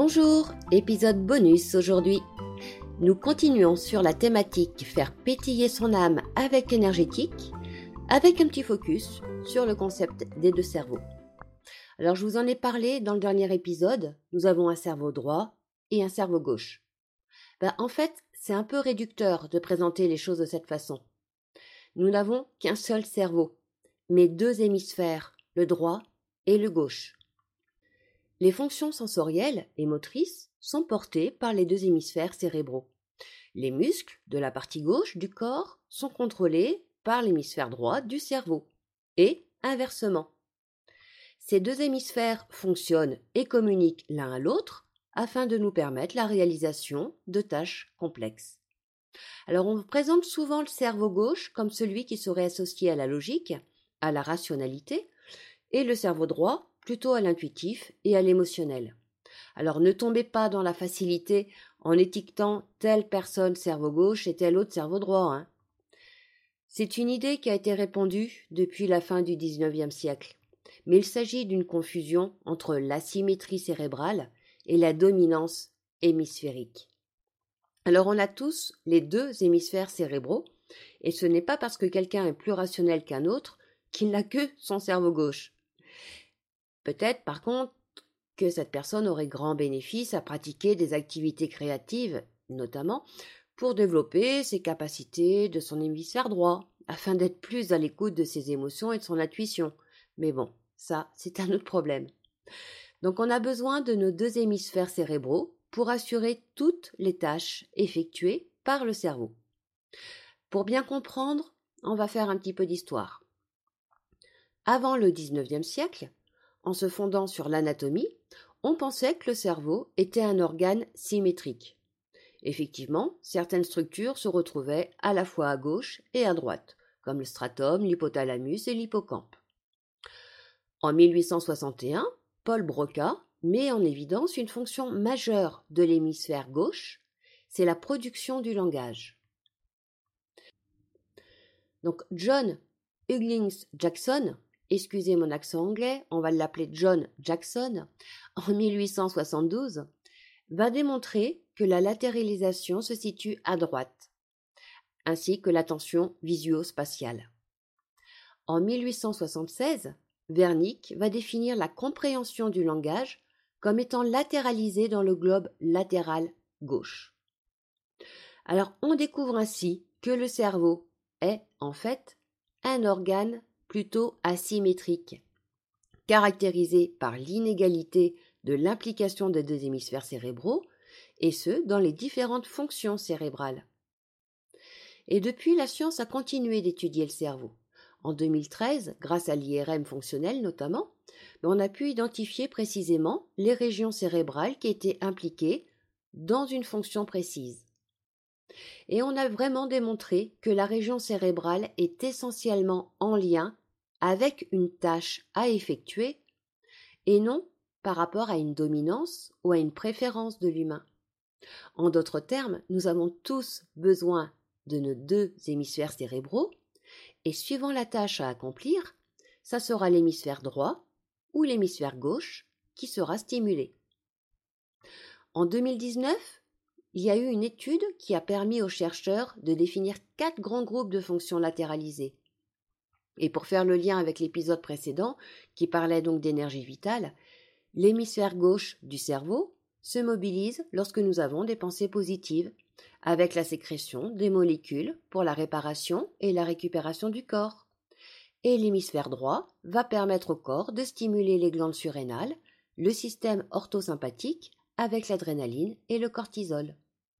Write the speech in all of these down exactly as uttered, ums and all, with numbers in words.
Bonjour, épisode bonus aujourd'hui. Nous continuons sur la thématique faire pétiller son âme avec énergétique, avec un petit focus sur le concept des deux cerveaux. Alors je vous en ai parlé dans le dernier épisode, nous avons un cerveau droit et un cerveau gauche. Ben, en fait, c'est un peu réducteur de présenter les choses de cette façon. Nous n'avons qu'un seul cerveau, mais deux hémisphères, le droit et le gauche. Les fonctions sensorielles et motrices sont portées par les deux hémisphères cérébraux. Les muscles de la partie gauche du corps sont contrôlés par l'hémisphère droit du cerveau, et inversement. Ces deux hémisphères fonctionnent et communiquent l'un à l'autre afin de nous permettre la réalisation de tâches complexes. Alors on présente souvent le cerveau gauche comme celui qui serait associé à la logique, à la rationalité, et le cerveau droit plutôt à l'intuitif et à l'émotionnel. Alors ne tombez pas dans la facilité en étiquetant telle personne cerveau gauche et telle autre cerveau droit. Hein. C'est une idée qui a été répandue depuis la fin du dix-neuvième siècle, mais il s'agit d'une confusion entre l'asymétrie cérébrale et la dominance hémisphérique. Alors on a tous les deux hémisphères cérébraux, et ce n'est pas parce que quelqu'un est plus rationnel qu'un autre qu'il n'a que son cerveau gauche. Peut-être par contre que cette personne aurait grand bénéfice à pratiquer des activités créatives, notamment pour développer ses capacités de son hémisphère droit, afin d'être plus à l'écoute de ses émotions et de son intuition. Mais bon, ça, c'est un autre problème. Donc on a besoin de nos deux hémisphères cérébraux pour assurer toutes les tâches effectuées par le cerveau. Pour bien comprendre, on va faire un petit peu d'histoire. Avant le dix-neuvième siècle, en se fondant sur l'anatomie, on pensait que le cerveau était un organe symétrique. Effectivement, certaines structures se retrouvaient à la fois à gauche et à droite, comme le stratum, l'hypothalamus et l'hippocampe. En mille huit cent soixante et un, Paul Broca met en évidence une fonction majeure de l'hémisphère gauche, c'est la production du langage. Donc John Huggins Jackson, excusez mon accent anglais, on va l'appeler John Jackson, en mille huit cent soixante-douze, va démontrer que la latéralisation se situe à droite, ainsi que l'attention visuo-spatiale. En mille huit cent soixante-seize, Wernicke va définir la compréhension du langage comme étant latéralisée dans le globe latéral gauche. Alors on découvre ainsi que le cerveau est, en fait, un organe plutôt asymétrique, caractérisé par l'inégalité de l'implication des deux hémisphères cérébraux, et ce, dans les différentes fonctions cérébrales. Et depuis, la science a continué d'étudier le cerveau. En deux mille treize, grâce à l'I R M fonctionnel notamment, on a pu identifier précisément les régions cérébrales qui étaient impliquées dans une fonction précise. Et on a vraiment démontré que la région cérébrale est essentiellement en lien avec une tâche à effectuer et non par rapport à une dominance ou à une préférence de l'humain. En d'autres termes, nous avons tous besoin de nos deux hémisphères cérébraux et suivant la tâche à accomplir, ça sera l'hémisphère droit ou l'hémisphère gauche qui sera stimulé. En deux mille dix-neuf, il y a eu une étude qui a permis aux chercheurs de définir quatre grands groupes de fonctions latéralisées. Et pour faire le lien avec l'épisode précédent, qui parlait donc d'énergie vitale, l'hémisphère gauche du cerveau se mobilise lorsque nous avons des pensées positives, avec la sécrétion des molécules pour la réparation et la récupération du corps. Et l'hémisphère droit va permettre au corps de stimuler les glandes surrénales, le système orthosympathique avec l'adrénaline et le cortisol.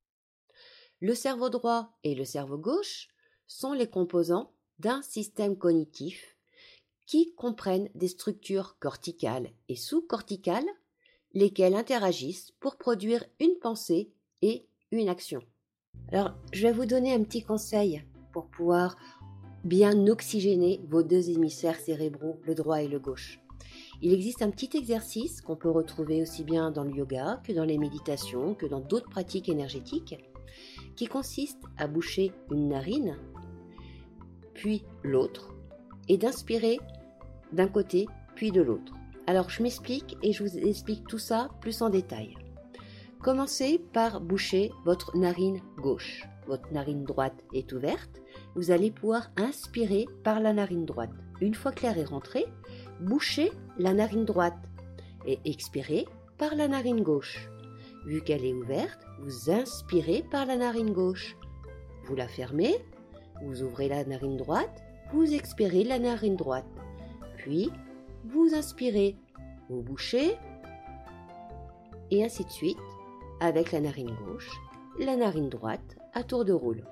Le cerveau droit et le cerveau gauche sont les composants d'un système cognitif qui comprennent des structures corticales et sous-corticales, lesquelles interagissent pour produire une pensée et une action. Alors, je vais vous donner un petit conseil pour pouvoir bien oxygéner vos deux hémisphères cérébraux, le droit et le gauche. Il existe un petit exercice qu'on peut retrouver aussi bien dans le yoga que dans les méditations, que dans d'autres pratiques énergétiques, qui consiste à boucher une narine, puis l'autre, et d'inspirer d'un côté, puis de l'autre. Alors je m'explique et je vous explique tout ça plus en détail. Commencez par boucher votre narine gauche. Votre narine droite est ouverte. Vous allez pouvoir inspirer par la narine droite. Une fois que l'air est rentré, bouchez la narine droite et expirez par la narine gauche. Vu qu'elle est ouverte, vous inspirez par la narine gauche. Vous la fermez, vous ouvrez la narine droite, vous expirez la narine droite. Puis, vous inspirez, vous bouchez, et ainsi de suite, avec la narine gauche, la narine droite, à tour de rôle.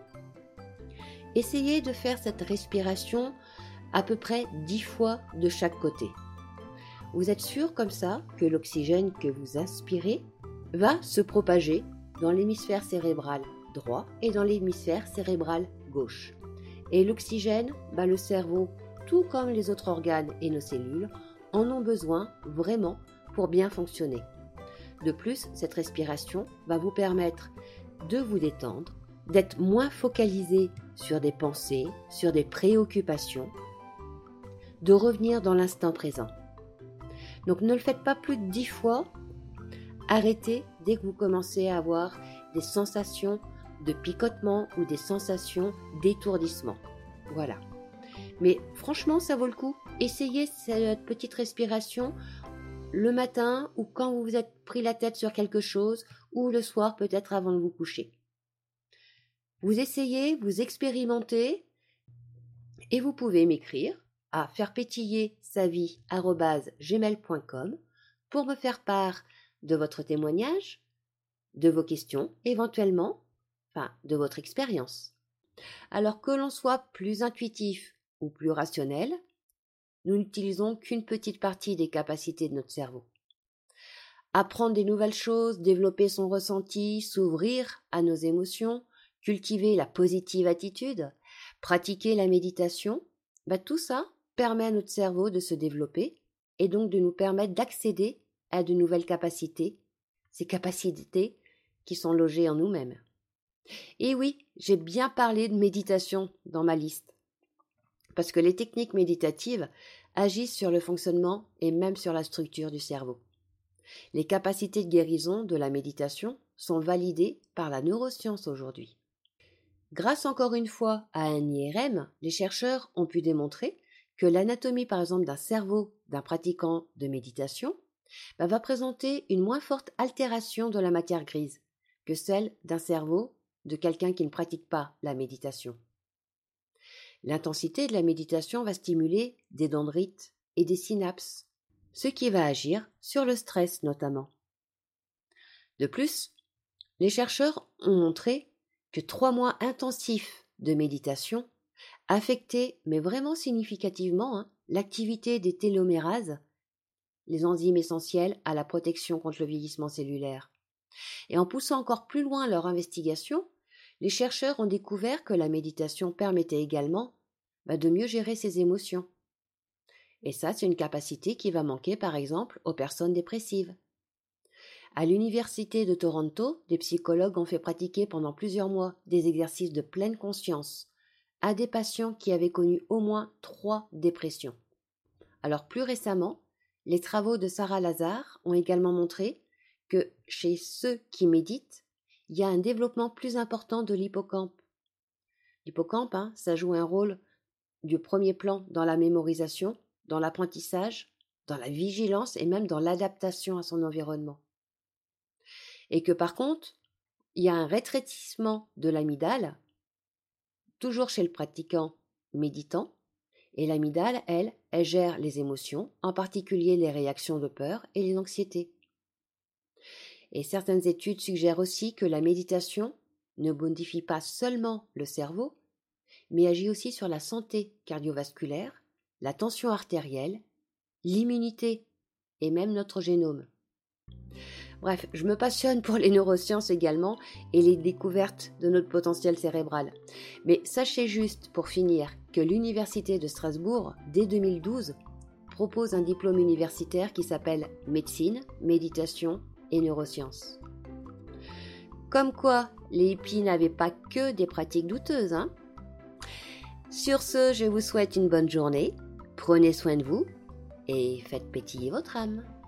Essayez de faire cette respiration à peu près dix fois de chaque côté. Vous êtes sûr comme ça que l'oxygène que vous inspirez va se propager dans l'hémisphère cérébral droit et dans l'hémisphère cérébral gauche. Et l'oxygène, bah le cerveau, tout comme les autres organes et nos cellules, en ont besoin vraiment pour bien fonctionner. De plus, cette respiration va vous permettre de vous détendre, d'être moins focalisé sur des pensées, sur des préoccupations, de revenir dans l'instant présent. Donc ne le faites pas plus de dix fois, arrêtez dès que vous commencez à avoir des sensations de picotement ou des sensations d'étourdissement. Voilà. Mais franchement, ça vaut le coup. Essayez cette petite respiration le matin ou quand vous vous êtes pris la tête sur quelque chose ou le soir peut-être avant de vous coucher. Vous essayez, vous expérimentez et vous pouvez m'écrire à faire pétiller sa vie arobase gmail point com pour me faire part de votre témoignage, de vos questions éventuellement, enfin de votre expérience. Alors que l'on soit plus intuitif ou plus rationnel, nous n'utilisons qu'une petite partie des capacités de notre cerveau. Apprendre des nouvelles choses, développer son ressenti, s'ouvrir à nos émotions, cultiver la positive attitude, pratiquer la méditation, bah tout ça permet à notre cerveau de se développer et donc de nous permettre d'accéder à de nouvelles capacités, ces capacités qui sont logées en nous-mêmes. Et oui, j'ai bien parlé de méditation dans ma liste, parce que les techniques méditatives agissent sur le fonctionnement et même sur la structure du cerveau. Les capacités de guérison de la méditation sont validées par la neuroscience aujourd'hui. Grâce encore une fois à un I R M, les chercheurs ont pu démontrer que l'anatomie par exemple d'un cerveau d'un pratiquant de méditation bah, va présenter une moins forte altération de la matière grise que celle d'un cerveau de quelqu'un qui ne pratique pas la méditation. L'intensité de la méditation va stimuler des dendrites et des synapses, ce qui va agir sur le stress notamment. De plus, les chercheurs ont montré que trois mois intensifs de méditation affectaient, mais vraiment significativement, hein, l'activité des télomérases, les enzymes essentielles à la protection contre le vieillissement cellulaire. Et en poussant encore plus loin leur investigation, les chercheurs ont découvert que la méditation permettait également bah, de mieux gérer ses émotions. Et ça, c'est une capacité qui va manquer, par exemple, aux personnes dépressives. À l'université de Toronto, des psychologues ont fait pratiquer pendant plusieurs mois des exercices de pleine conscience à des patients qui avaient connu au moins trois dépressions. Alors plus récemment, les travaux de Sarah Lazare ont également montré que chez ceux qui méditent, il y a un développement plus important de l'hippocampe. L'hippocampe, hein, ça joue un rôle du premier plan dans la mémorisation, dans l'apprentissage, dans la vigilance et même dans l'adaptation à son environnement. Et que par contre, il y a un rétrécissement de l'amygdale, toujours chez le pratiquant méditant, et l'amygdale, elle, elle gère les émotions, en particulier les réactions de peur et les anxiétés. Et certaines études suggèrent aussi que la méditation ne modifie pas seulement le cerveau, mais agit aussi sur la santé cardiovasculaire, la tension artérielle, l'immunité et même notre génome. Bref, je me passionne pour les neurosciences également et les découvertes de notre potentiel cérébral. Mais sachez juste, pour finir, que l'Université de Strasbourg, dès deux mille douze, propose un diplôme universitaire qui s'appelle Médecine, Méditation et Neurosciences. Comme quoi, les hippies n'avaient pas que des pratiques douteuses, hein ? Sur ce, je vous souhaite une bonne journée, prenez soin de vous et faites pétiller votre âme.